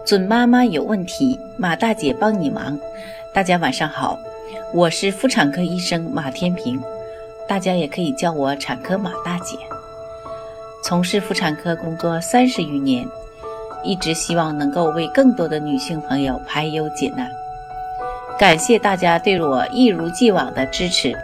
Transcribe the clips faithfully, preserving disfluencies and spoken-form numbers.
准妈妈有问题，马大姐帮你忙。大家晚上好，我是妇产科医生马天平，大家也可以叫我产科马大姐。从事妇产科工作三十余年，一直希望能够为更多的女性朋友排忧解难。感谢大家对我一如既往的支持。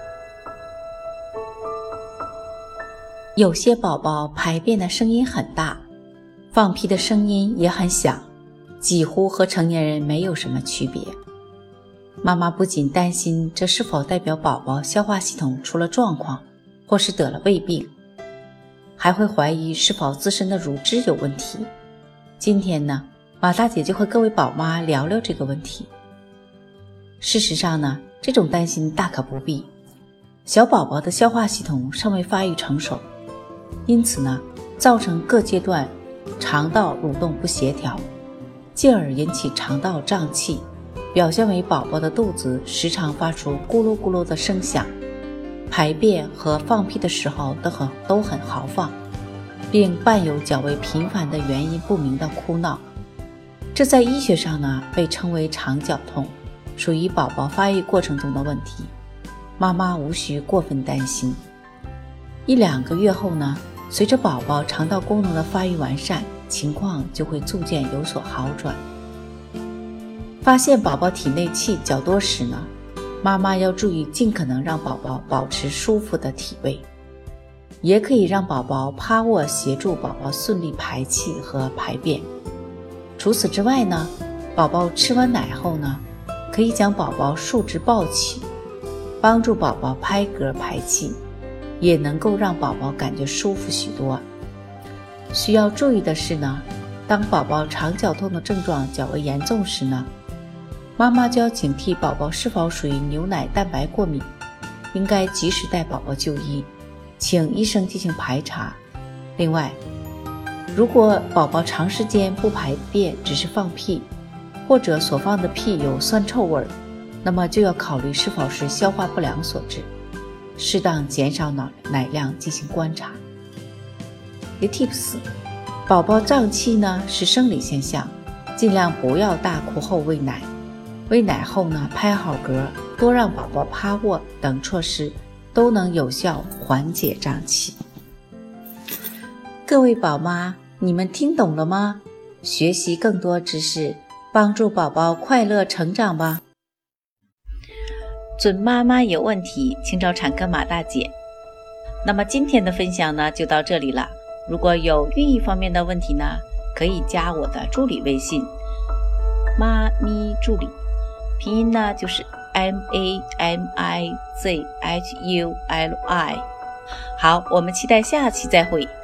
有些宝宝排便的声音很大，放屁的声音也很响，几乎和成年人没有什么区别。妈妈不仅担心这是否代表宝宝消化系统出了状况，或是得了胃病，还会怀疑是否自身的乳汁有问题。今天呢，马大姐就和各位宝妈聊聊这个问题。事实上呢，这种担心大可不必。小宝宝的消化系统尚未发育成熟，因此呢，造成各阶段肠道蠕动不协调，进而引起肠道胀气，表现为宝宝的肚子时常发出咕噜咕噜的声响，排便和放屁的时候都很都很豪放，并伴有较为频繁的原因不明的哭闹。这在医学上呢，被称为肠绞痛，属于宝宝发育过程中的问题，妈妈无需过分担心。一两个月后呢，随着宝宝肠道功能的发育完善，情况就会逐渐有所好转。发现宝宝体内气较多时呢，妈妈要注意尽可能让宝宝保持舒服的体位，也可以让宝宝趴卧协助宝宝顺利排气和排便。除此之外呢，宝宝吃完奶后呢，可以将宝宝竖直抱起，帮助宝宝拍嗝排气，也能够让宝宝感觉舒服许多。需要注意的是呢，当宝宝肠绞痛的症状较为严重时呢，妈妈就要警惕宝宝是否属于牛奶蛋白过敏，应该及时带宝宝就医，请医生进行排查。另外，如果宝宝长时间不排便，只是放屁，或者所放的屁有酸臭味，那么就要考虑是否是消化不良所致，适当减少奶量进行观察。一个 tips， 宝宝胀气呢是生理现象，尽量不要大哭后喂奶，喂奶后呢拍好嗝，多让宝宝趴卧等措施都能有效缓解胀气。各位宝妈，你们听懂了吗？学习更多知识，帮助宝宝快乐成长吧。准妈妈有问题，请找产科马大姐。那么今天的分享呢就到这里了。如果有孕育方面的问题呢，可以加我的助理微信妈咪助理，拼音呢就是 M A M I Z H U L I。 好，我们期待下期再会。